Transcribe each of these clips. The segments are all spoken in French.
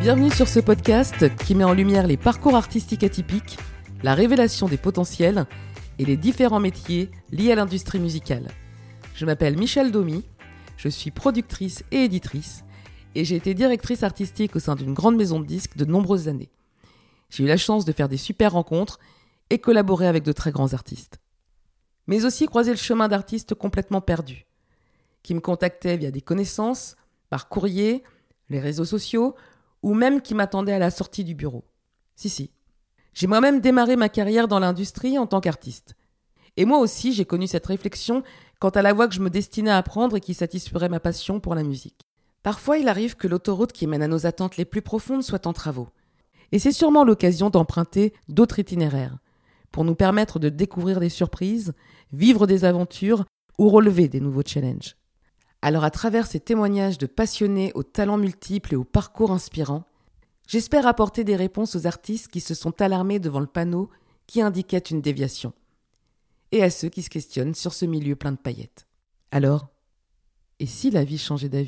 Bienvenue sur ce podcast qui met en lumière les parcours artistiques atypiques, la révélation des potentiels et les différents métiers liés à l'industrie musicale. Je m'appelle Michèle Domy, je suis productrice et éditrice et j'ai été directrice artistique au sein d'une grande maison de disques de nombreuses années. J'ai eu la chance de faire des super rencontres et collaborer avec de très grands artistes. Mais aussi croiser le chemin d'artistes complètement perdus, qui me contactaient via des connaissances, par courrier, les réseaux sociaux, ou même qui m'attendaient à la sortie du bureau. Si. J'ai moi-même démarré ma carrière dans l'industrie en tant qu'artiste. Et moi aussi, j'ai connu cette réflexion quant à la voie que je me destinais à prendre et qui satisferait ma passion pour la musique. Parfois, il arrive que l'autoroute qui mène à nos attentes les plus profondes soit en travaux. Et c'est sûrement l'occasion d'emprunter d'autres itinéraires, pour nous permettre de découvrir des surprises, vivre des aventures ou relever des nouveaux challenges. Alors à travers ces témoignages de passionnés aux talents multiples et aux parcours inspirants, j'espère apporter des réponses aux artistes qui se sont alarmés devant le panneau qui indiquait une déviation, et à ceux qui se questionnent sur ce milieu plein de paillettes. Alors, et si la vie changeait d'avis ?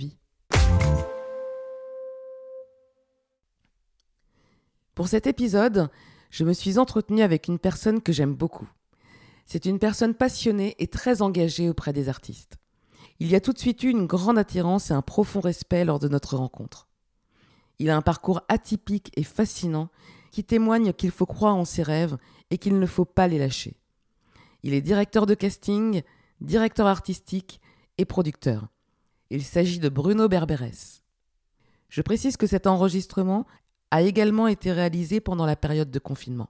Pour cet épisode, je me suis entretenue avec une personne que j'aime beaucoup. C'est une personne passionnée et très engagée auprès des artistes. Il y a tout de suite eu une grande attirance et un profond respect lors de notre rencontre. Il a un parcours atypique et fascinant qui témoigne qu'il faut croire en ses rêves et qu'il ne faut pas les lâcher. Il est directeur de casting, directeur artistique et producteur. Il s'agit de Bruno Berberès. Je précise que cet enregistrement a également été réalisé pendant la période de confinement.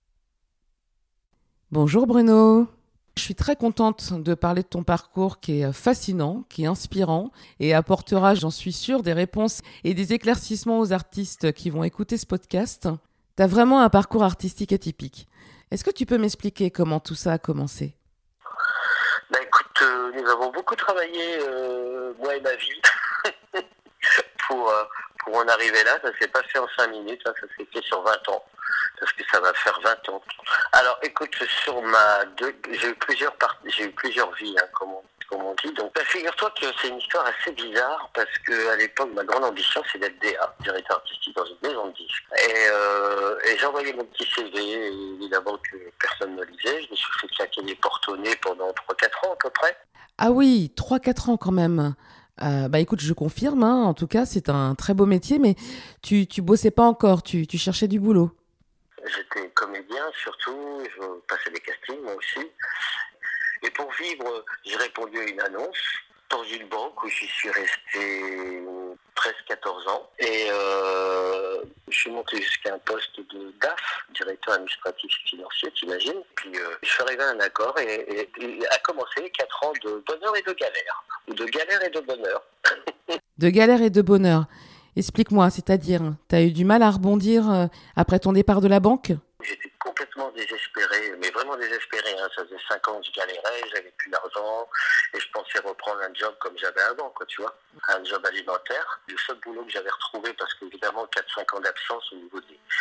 Bonjour Bruno. Je suis très contente de parler de ton parcours qui est fascinant, qui est inspirant et apportera, j'en suis sûre, des réponses et des éclaircissements aux artistes qui vont écouter ce podcast. Tu as vraiment un parcours artistique atypique. Est-ce que tu peux m'expliquer comment tout ça a commencé ? Écoute, nous avons beaucoup travaillé, moi et ma vie, pour en arriver là. Ça s'est pas fait en 5 minutes, ça s'est fait sur 20 ans. Parce que ça va faire 20 ans. Alors, écoute, j'ai eu plusieurs vies, comme on dit. Donc, figure-toi que c'est une histoire assez bizarre, parce que à l'époque, ma grande ambition, c'est d'être DA, directeur artistique dans une maison de disques. Et j'envoyais mon petit CV, et évidemment que personne ne lisait. Je me suis fait claquer les portes au nez pendant 3-4 ans à peu près. Ah oui, 3-4 ans quand même. Écoute, je confirme, en tout cas, c'est un très beau métier, mais tu bossais pas encore, tu cherchais du boulot. J'étais comédien surtout, je passais des castings moi aussi. Et pour vivre, j'ai répondu à une annonce dans une banque où j'y suis resté 13-14 ans. Et je suis monté jusqu'à un poste de DAF, directeur administratif et financier, t'imagines. Puis je suis arrivé à un accord et a commencé 4 ans de bonheur et de galère. Ou de galère et de bonheur. De galère et de bonheur. Explique-moi, c'est-à-dire, t'as eu du mal à rebondir après ton départ de la banque ? J'étais complètement désespéré, mais vraiment désespéré. Ça faisait 5 ans que je galérais, j'avais plus d'argent et je pensais reprendre un job comme j'avais avant, tu vois, un job alimentaire. Le seul boulot que j'avais retrouvé, parce qu'évidemment 4-5 ans d'absence au niveau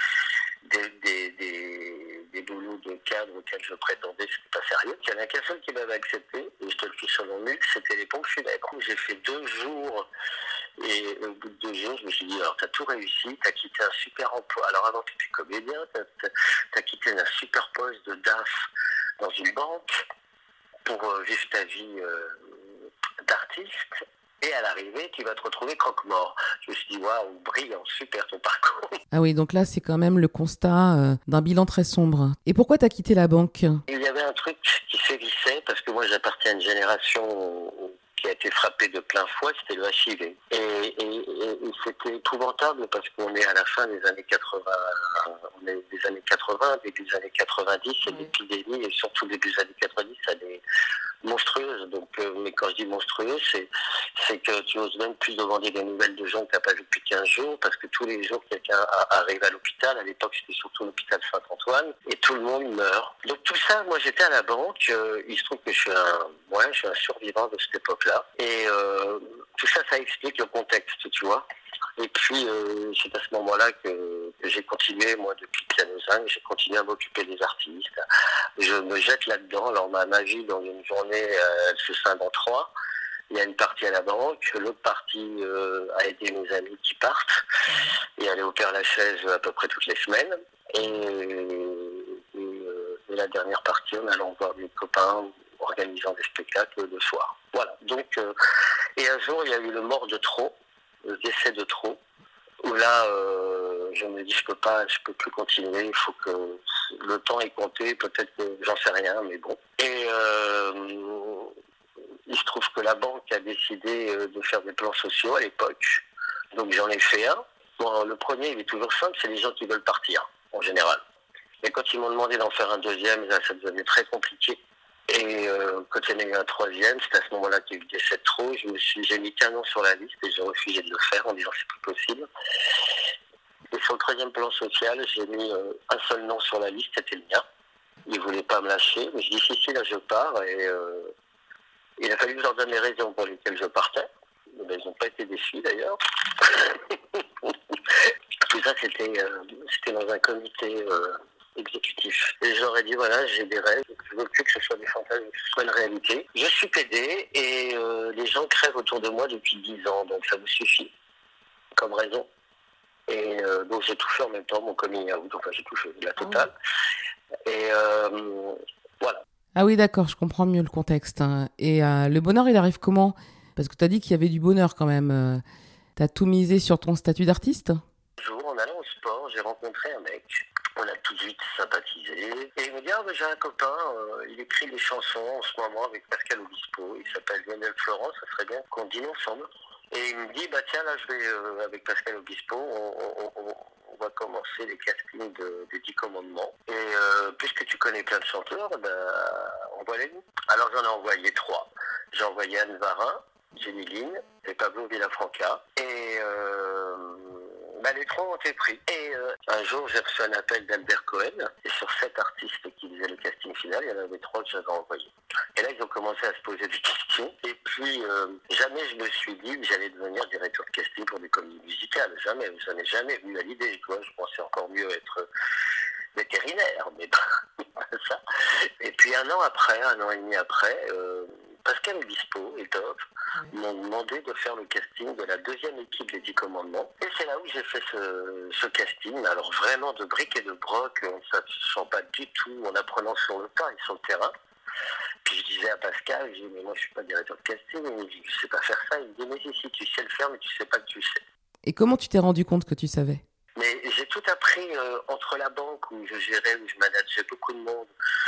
des boulots de cadre auxquels je prétendais, c'était pas sérieux. Il n'y en a qu'un seul qui m'avait accepté, et je te le fais sur mon mule, c'était les pompes funèbres. J'ai fait 2 jours. Et au bout de 2 jours, je me suis dit, alors t'as tout réussi, t'as quitté un super emploi. Alors avant tu étais comédien, t'as quitté un super poste de DAF dans une banque pour vivre ta vie d'artiste. Et à l'arrivée, tu vas te retrouver croque-mort. Je me suis dit, waouh, brillant, super ton parcours. Ah oui, donc là, c'est quand même le constat d'un bilan très sombre. Et pourquoi t'as quitté la banque ? Il y avait un truc qui sévissait, parce que moi j'appartiens à une génération qui a été frappé de plein fouet, c'était le HIV. Et c'était épouvantable parce qu'on est à la fin des années 80, on est des années 80, début des années 90, c'est l'épidémie, et surtout début des années 90, elle est monstrueuse. Donc, mais quand je dis monstrueuse, c'est que tu oses même plus demander des nouvelles de gens que tu n'as pas vu depuis 15 jours, parce que tous les jours, quelqu'un arrive à l'hôpital. À l'époque, c'était surtout l'hôpital Saint-Antoine, et tout le monde meurt. Donc tout ça, moi j'étais à la banque, il se trouve que je suis un survivant de cette époque-là. Et tout ça, ça explique le contexte, tu vois. Et puis, c'est à ce moment-là que j'ai continué, moi, depuis Piano 5, j'ai continué à m'occuper des artistes. Je me jette là-dedans. Alors, ma vie, dans une journée, elle se scinde en 3. Il y a une partie à la banque, l'autre partie à aider mes amis qui partent et aller au Père-Lachaise à peu près toutes les semaines. Et la dernière partie en allant voir des copains organisant des spectacles le soir. Voilà. Donc, et un jour, il y a eu le mort de trop, le décès de trop, où là, je me dis, je peux plus continuer, il faut que le temps est compté, peut-être que j'en sais rien, mais bon. Et il se trouve que la banque a décidé de faire des plans sociaux à l'époque, donc j'en ai fait un. Bon, le premier, il est toujours simple, c'est les gens qui veulent partir, en général. Et quand ils m'ont demandé d'en faire un deuxième, là, ça devenait très compliqué. Et quand il y en a eu un troisième, c'est à ce moment-là qu'il y a eu le décès de trop. J'ai mis qu'un nom sur la liste et j'ai refusé de le faire en disant c'est plus possible. Et sur le troisième plan social, j'ai mis un seul nom sur la liste, c'était le mien. Ils ne voulaient pas me lâcher, mais je dis si, là je pars. Et il a fallu que je leur donne les raisons pour lesquelles je partais. Ben, ils n'ont pas été déçus d'ailleurs. Tout ça, c'était dans un comité exécutif. Et je leur ai dit, voilà, j'ai des rêves, je veux plus que ce soit des fantasmes, que ce soit une réalité. Je suis PD et les gens crèvent autour de moi depuis 10 ans, donc ça vous suffit comme raison. Et donc j'ai tout fait en même temps, mon coming out, enfin j'ai tout fait, la totale. Et voilà. Ah oui, d'accord, je comprends mieux le contexte. Hein. Et le bonheur, il arrive comment ? Parce que tu as dit qu'il y avait du bonheur quand même. Tu as tout misé sur ton statut d'artiste ? Un jour, en allant au sport, j'ai rencontré un mec. On a tout de suite sympathisé. Et il me dit, j'ai un copain, il écrit des chansons en ce moment avec Pascal Obispo. Il s'appelle Lionel Florent, ça serait bien qu'on dîne ensemble. Et il me dit, tiens, là, je vais, avec Pascal Obispo, on va commencer les castings des 10 commandements. Et puisque tu connais plein de chanteurs, envoie-les-nous. Alors, j'en ai envoyé 3. J'ai envoyé Anne Varin, Jenny Lynn et Pablo Villafranca. Et les 3 ont été pris. Et un jour, j'ai reçu un appel d'Albert Cohen. Et sur 7 artistes qui faisaient le casting final, il y en avait 3 que j'avais envoyés. Et là, ils ont commencé à se poser des questions. Et puis, jamais je me suis dit que j'allais devenir directeur de casting pour des comédies musicales. Jamais. Je n'en ai jamais vu à l'idée. Tu vois, je pensais encore mieux être vétérinaire. Mais ça. Et puis, un an et demi après, Pascal Obispo et Top m'ont demandé de faire le casting de la deuxième équipe des 10 commandements. Et c'est là où j'ai fait ce casting. Alors vraiment de briques et de broc, on ne s'assent pas du tout en apprenant sur le tas et sur le terrain. Puis je disais à Pascal, je dis, mais moi je suis pas directeur de casting, il me dit, je sais pas faire ça. Il me dit, mais si, tu sais le faire, mais tu sais pas que tu le sais. Et comment tu t'es rendu compte que tu savais ? Mais j'ai tout appris entre la banque où je gérais, où je manageais beaucoup de monde,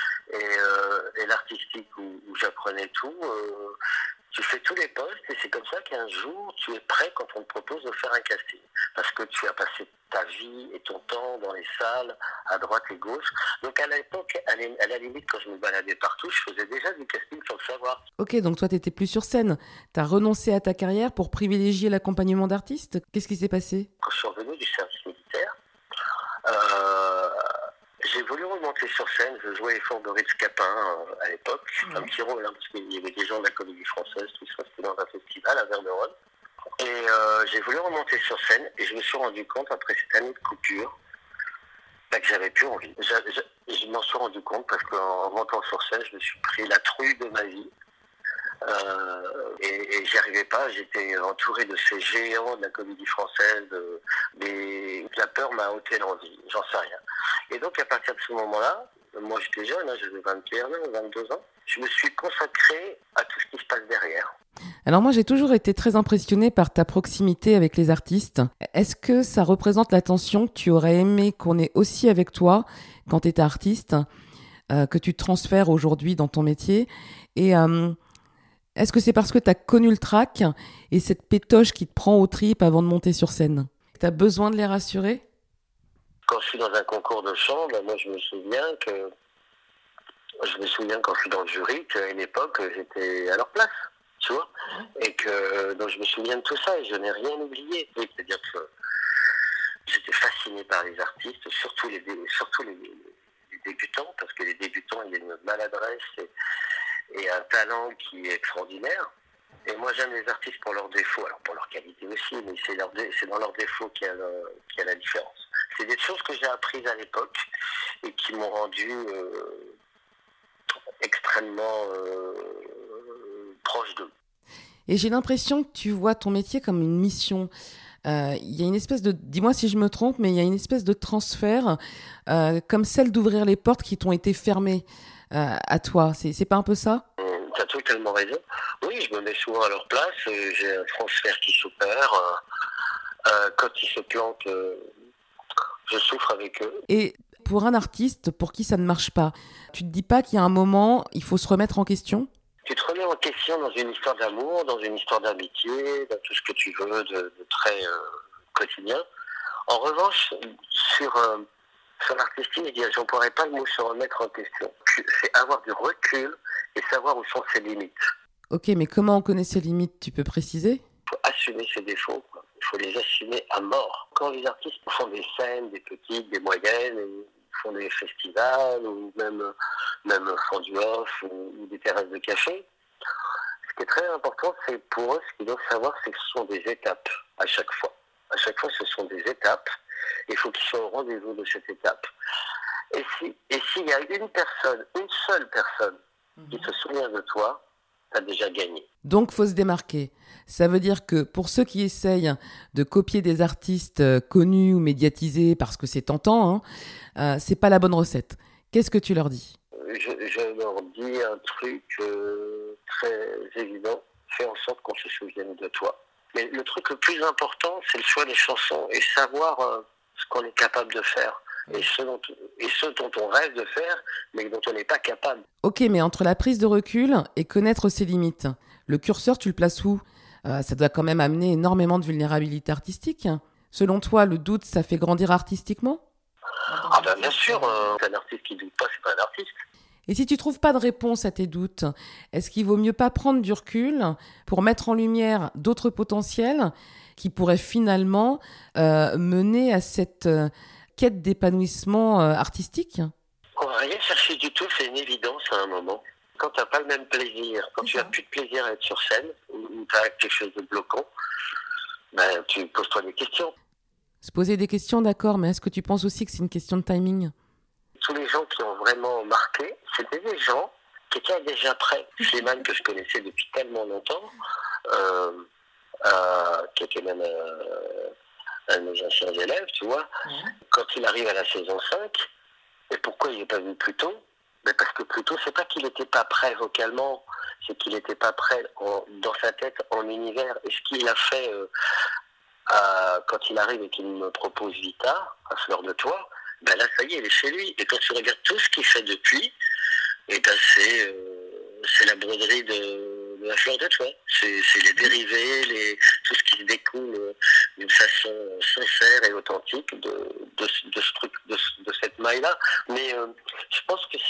et l'artistique où j'apprenais tout. Tu fais tous les postes et c'est comme ça qu'un jour tu es prêt quand on te propose de faire un casting. Parce que tu as passé ta vie et ton temps dans les salles, à droite et gauche. Donc à l'époque, à la limite, quand je me baladais partout, je faisais déjà du casting sans le savoir. Ok, donc toi t'étais plus sur scène. T'as renoncé à ta carrière pour privilégier l'accompagnement d'artistes ? Qu'est-ce qui s'est passé ? Quand je suis revenu du service militaire, j'ai voulu remonter sur scène. Je jouais les Forts de Ritz Capin à l'époque, un petit rôle, parce qu'il y avait des gens de la comédie française, tout ça, c'était dans un festival à Verneronne. Et j'ai voulu remonter sur scène et je me suis rendu compte, après cette année de coupure, que j'avais plus envie. Je m'en suis rendu compte parce qu'en montant sur scène, je me suis pris la trouille de ma vie. Et j'y arrivais pas, j'étais entouré de ces géants de la comédie française, mais la peur m'a ôté l'envie, j'en sais rien. Et donc à partir de ce moment-là, moi j'étais jeune, j'avais 21 ans, 22 ans, je me suis consacré à tout ce qui se passe derrière. Alors moi j'ai toujours été très impressionnée par ta proximité avec les artistes. Est-ce que ça représente l'attention que tu aurais aimé qu'on ait aussi avec toi quand tu étais artiste, que tu transfères aujourd'hui dans ton métier ? Et est-ce que c'est parce que tu as connu le trac et cette pétoche qui te prend aux tripes avant de monter sur scène ? Tu as besoin de les rassurer ? Quand je suis dans un concours de chant, moi je me souviens quand je suis dans le jury qu'à une époque j'étais à leur place, tu vois, et que donc je me souviens de tout ça et je n'ai rien oublié. C'est-à-dire que j'étais fasciné par les artistes, surtout les débutants, parce que les débutants, il y a une maladresse et un talent qui est extraordinaire. Et moi, j'aime les artistes pour leurs défauts, alors pour leur qualité aussi, mais c'est dans leurs défauts qu'il y a la différence. C'est des choses que j'ai apprises à l'époque et qui m'ont rendu extrêmement proche d'eux. Et j'ai l'impression que tu vois ton métier comme une mission. Il y a une espèce de, dis-moi si je me trompe, mais il y a une espèce de transfert, comme celle d'ouvrir les portes qui t'ont été fermées à toi. C'est pas un peu ça? T'as totalement raison. Oui, je me mets souvent à leur place. J'ai un transfert qui s'opère. Quand ils se plantent, je souffre avec eux. Et pour un artiste pour qui ça ne marche pas, tu te dis pas qu'il y a un moment, il faut se remettre en question? Tu te remets en question dans une histoire d'amour, dans une histoire d'amitié, dans tout ce que tu veux de très quotidien. En revanche, sur l'artistique, je ne pourrais pas le mot se remettre en question. C'est avoir du recul et savoir où sont ses limites. Ok, mais comment on connaît ses limites? Tu peux préciser? Il faut assumer ses défauts, quoi. Il faut les assumer à mort. Quand les artistes font des scènes, des petites, des moyennes, ils font des festivals ou même font du off ou des terrasses de café, ce qui est très important, c'est pour eux, ce qu'ils doivent savoir, c'est que ce sont des étapes à chaque fois. À chaque fois, ce sont des étapes. Il faut qu'ils soient au rendez-vous de cette étape. Et s'il y a une seule personne qui se souvient de toi, tu as déjà gagné. Donc, faut se démarquer. Ça veut dire que pour ceux qui essayent de copier des artistes connus ou médiatisés parce que c'est tentant, c'est pas la bonne recette. Qu'est-ce que tu leur dis? Je leur dis un truc très évident. Fais en sorte qu'on se souvienne de toi. Mais le truc le plus important, c'est le choix des chansons et savoir ce qu'on est capable de faire. Et ce dont on rêve de faire, mais dont on n'est pas capable. Ok, mais entre la prise de recul et connaître ses limites, le curseur, tu le places où? Ça doit quand même amener énormément de vulnérabilité artistique. Selon toi, le doute, ça fait grandir artistiquement? Ah ben bien sûr, un artiste qui ne doute pas, c'est pas un artiste. Et si tu trouves pas de réponse à tes doutes, est-ce qu'il vaut mieux pas prendre du recul pour mettre en lumière d'autres potentiels qui pourraient finalement mener à cette quête d'épanouissement artistique? On va rien chercher du tout, c'est une évidence à un moment. Quand tu n'as pas le même plaisir, quand tu n'as plus de plaisir à être sur scène, ou tu as quelque chose de bloquant, ben, tu poses-toi des questions. Se poser des questions, d'accord, mais est-ce que tu penses aussi que c'est une question de timing? Tous les gens qui ont vraiment marqué, c'était des gens qui étaient déjà prêts. Slimane, que je connaissais depuis tellement longtemps, qui était même un de mes anciens élèves, tu vois, quand il arrive à la saison 5, et pourquoi il n'est pas venu plus tôt? Mais parce que plus tôt, c'est pas qu'il n'était pas prêt vocalement, c'est qu'il n'était pas prêt dans sa tête, en univers. Et ce qu'il a fait quand il arrive et qu'il me propose Vita, à Fleur de Toit, ben là, ça y est, il est chez lui. Et quand tu regardes tout ce qu'il fait depuis, et ben c'est la broderie de la Fleur de Toit. C'est les dérivés, tout ce qui se découle d'une façon sincère et authentique de ce truc, de cette maille-là. Mais je pense que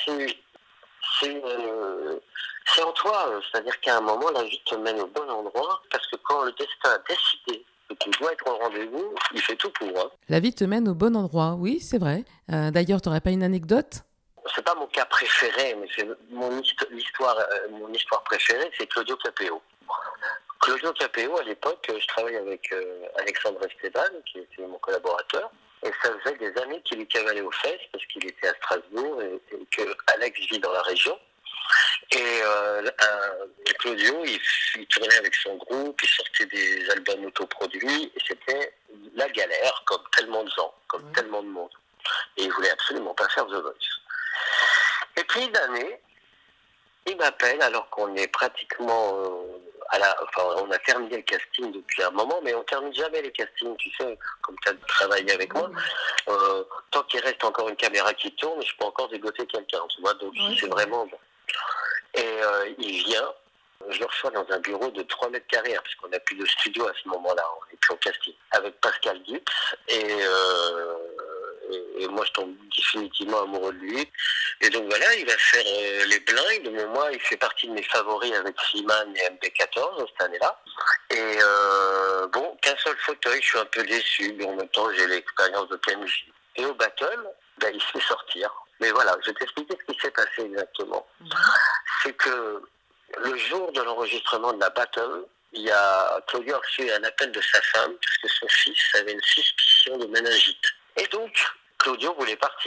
c'est en toi. C'est-à-dire qu'à un moment, la vie te mène au bon endroit, parce que quand le destin a décidé que tu dois être au rendez-vous, il fait tout pour. Hein. La vie te mène au bon endroit, oui, c'est vrai. D'ailleurs, tu n'aurais pas une anecdote? C'est pas mon cas préféré, mais c'est mon histoire préférée, c'est Claudio Capéo. Claudio Capéo, à l'époque, je travaillais avec Alexandre Esteban, qui était mon collaborateur, et ça faisait des années qu'il lui cavalait aux fesses, parce qu'il était à Strasbourg, et que Alex vit dans la région. Et Claudio, il tournait avec son groupe, il sortait des albums autoproduits, et c'était la galère, comme tellement de gens, comme tellement de monde. Et il voulait absolument pas faire The Voice. Et puis une année, il m'appelle alors qu'on est pratiquement on a terminé le casting depuis un moment, mais on termine jamais les castings, tu sais, comme tu as travaillé avec moi. Tant qu'il reste encore une caméra qui tourne, je peux encore dégoter quelqu'un, tu vois, donc c'est vraiment bon. Et il vient, je le reçois dans un bureau de 3 mètres carrés, parce qu'on n'a plus de studio à ce moment-là, on n'est plus au casting, avec Pascal Dux, et moi je tombe définitivement amoureux de lui. Et donc voilà, il va faire les blindes. Mais moi, il fait partie de mes favoris avec Slimane et MB14 cette année-là. Et bon, qu'un seul fauteuil, je suis un peu déçu, mais en même temps, j'ai l'expérience de PNJ. Et au battle, il se fait sortir. Mais voilà, je vais t'expliquer ce qui s'est passé exactement. C'est que le jour de l'enregistrement de la battle, Claudio a reçu un appel de sa femme, parce que son fils avait une suspicion de méningite. Et donc, Claudio voulait partir.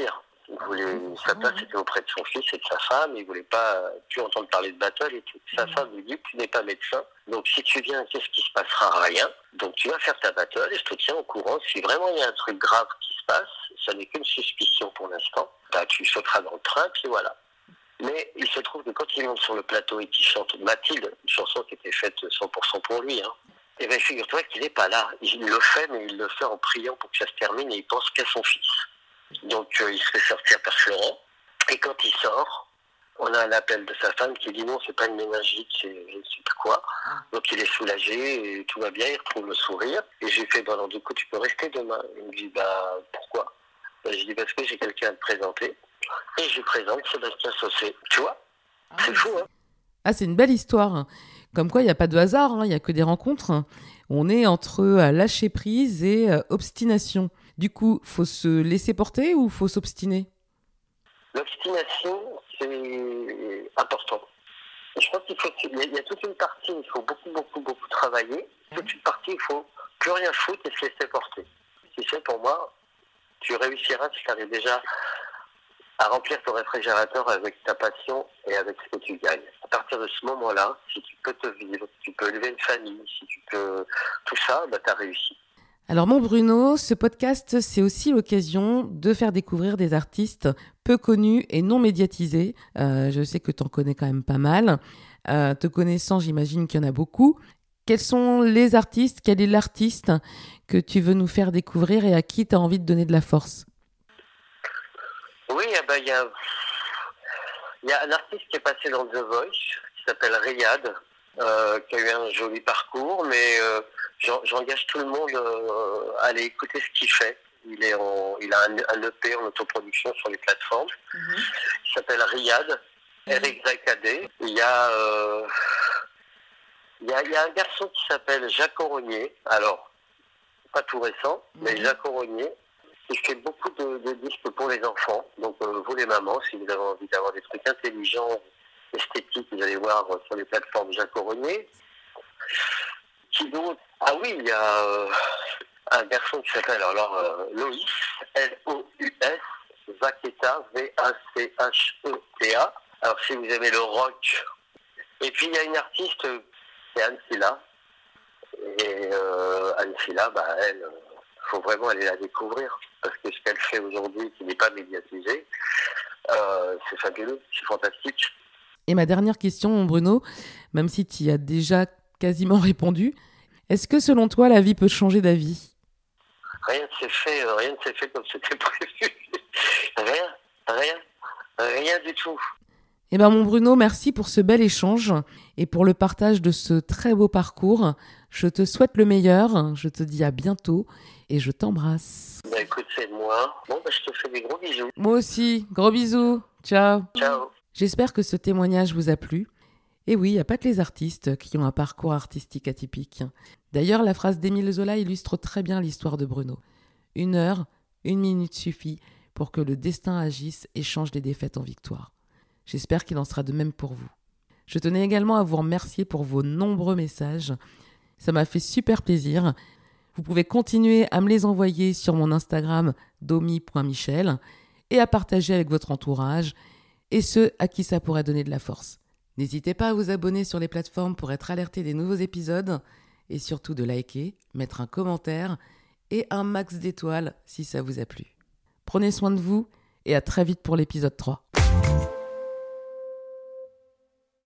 Sa place était auprès de son fils et de sa femme. Il voulait pas plus entendre parler de battle et tout. Sa femme lui dit, tu n'es pas médecin. Donc, si tu viens, qu'est-ce qui se passera? Rien. Donc, tu vas faire ta battle et je te tiens au courant. Si vraiment il y a un truc grave qui se passe, ça n'est qu'une suspicion pour l'instant. Tu sauteras dans le train, puis voilà. Mais il se trouve que quand il monte sur le plateau et qu'il chante Mathilde, une chanson qui était faite 100% pour lui, et bien figure-toi qu'il n'est pas là. Il le fait, mais il le fait en priant pour que ça se termine et il pense qu'à son fils. Donc il se fait sortir par Florent. Et quand il sort, on a un appel de sa femme qui dit non, c'est pas une méningite, c'est je ne sais plus quoi. Donc il est soulagé et tout va bien, il retrouve le sourire. Et j'ai fait, alors du coup tu peux rester demain. Il me dit, pourquoi? Je dis parce que j'ai quelqu'un à te présenter. Et je lui présente Sébastien Saucé. Tu vois, c'est fou, hein. Ah, c'est une belle histoire. Comme quoi, il n'y a pas de hasard, il n'y a que des rencontres. On est entre lâcher prise et obstination. Du coup, faut se laisser porter ou faut s'obstiner? L'obstination, c'est important. Je pense qu'il y a toute une partie où il faut beaucoup travailler. Toute une partie, il faut plus rien foutre et se laisser porter. Tu sais, pour moi, tu réussiras si tu arrives déjà à remplir ton réfrigérateur avec ta passion et avec ce que tu gagnes. À partir de ce moment-là, si tu peux te vivre, si tu peux élever une famille, si tu peux tout ça, tu as réussi. Alors mon Bruno, ce podcast, c'est aussi l'occasion de faire découvrir des artistes peu connus et non médiatisés. Je sais que tu en connais quand même pas mal. Te connaissant, j'imagine qu'il y en a beaucoup. Quels sont les artistes, quel est l'artiste que tu veux nous faire découvrir et à qui tu as envie de donner de la force? Oui, il y a un artiste qui est passé dans The Voice, qui s'appelle Riyad, qui a eu un joli parcours, mais j'engage tout le monde à aller écouter ce qu'il fait. Il a un EP en autoproduction sur les plateformes. Il s'appelle Riyad, R-Y-A-D. Il y a un garçon qui s'appelle Jacques Auronier. Alors, pas tout récent, mais Jacques Auronier. Il fait beaucoup de disques pour les enfants. Donc, vous les mamans, si vous avez envie d'avoir des trucs intelligents, esthétiques, vous allez voir sur les plateformes Jacques Auronier. Qui d'autre? Ah oui, il y a un garçon qui s'appelle Loïs, L-O-U-S, Vaqueta, V-A-C-H-E-T-A. Alors, si vous aimez le rock. Et puis, il y a une artiste, c'est Anne Silla. Et Anne Silla, elle... faut vraiment aller la découvrir, parce que ce qu'elle fait aujourd'hui, qui n'est pas médiatisé, c'est fabuleux, c'est fantastique. Et ma dernière question, Bruno, même si tu y as déjà quasiment répondu, est-ce que selon toi, la vie peut changer d'avis? Rien ne s'est fait comme c'était prévu. Rien du tout. Eh bien, mon Bruno, merci pour ce bel échange et pour le partage de ce très beau parcours. Je te souhaite le meilleur, je te dis à bientôt et je t'embrasse. Écoute, c'est moi. Bon, je te fais des gros bisous. Moi aussi, gros bisous. Ciao. Ciao. J'espère que ce témoignage vous a plu. Et oui, il n'y a pas que les artistes qui ont un parcours artistique atypique. D'ailleurs, la phrase d'Émile Zola illustre très bien l'histoire de Bruno. 1 heure, 1 minute suffit pour que le destin agisse et change les défaites en victoire. J'espère qu'il en sera de même pour vous. Je tenais également à vous remercier pour vos nombreux messages. Ça m'a fait super plaisir. Vous pouvez continuer à me les envoyer sur mon Instagram domi.michel et à partager avec votre entourage et ceux à qui ça pourrait donner de la force. N'hésitez pas à vous abonner sur les plateformes pour être alerté des nouveaux épisodes et surtout de liker, mettre un commentaire et un max d'étoiles si ça vous a plu. Prenez soin de vous et à très vite pour l'épisode 3.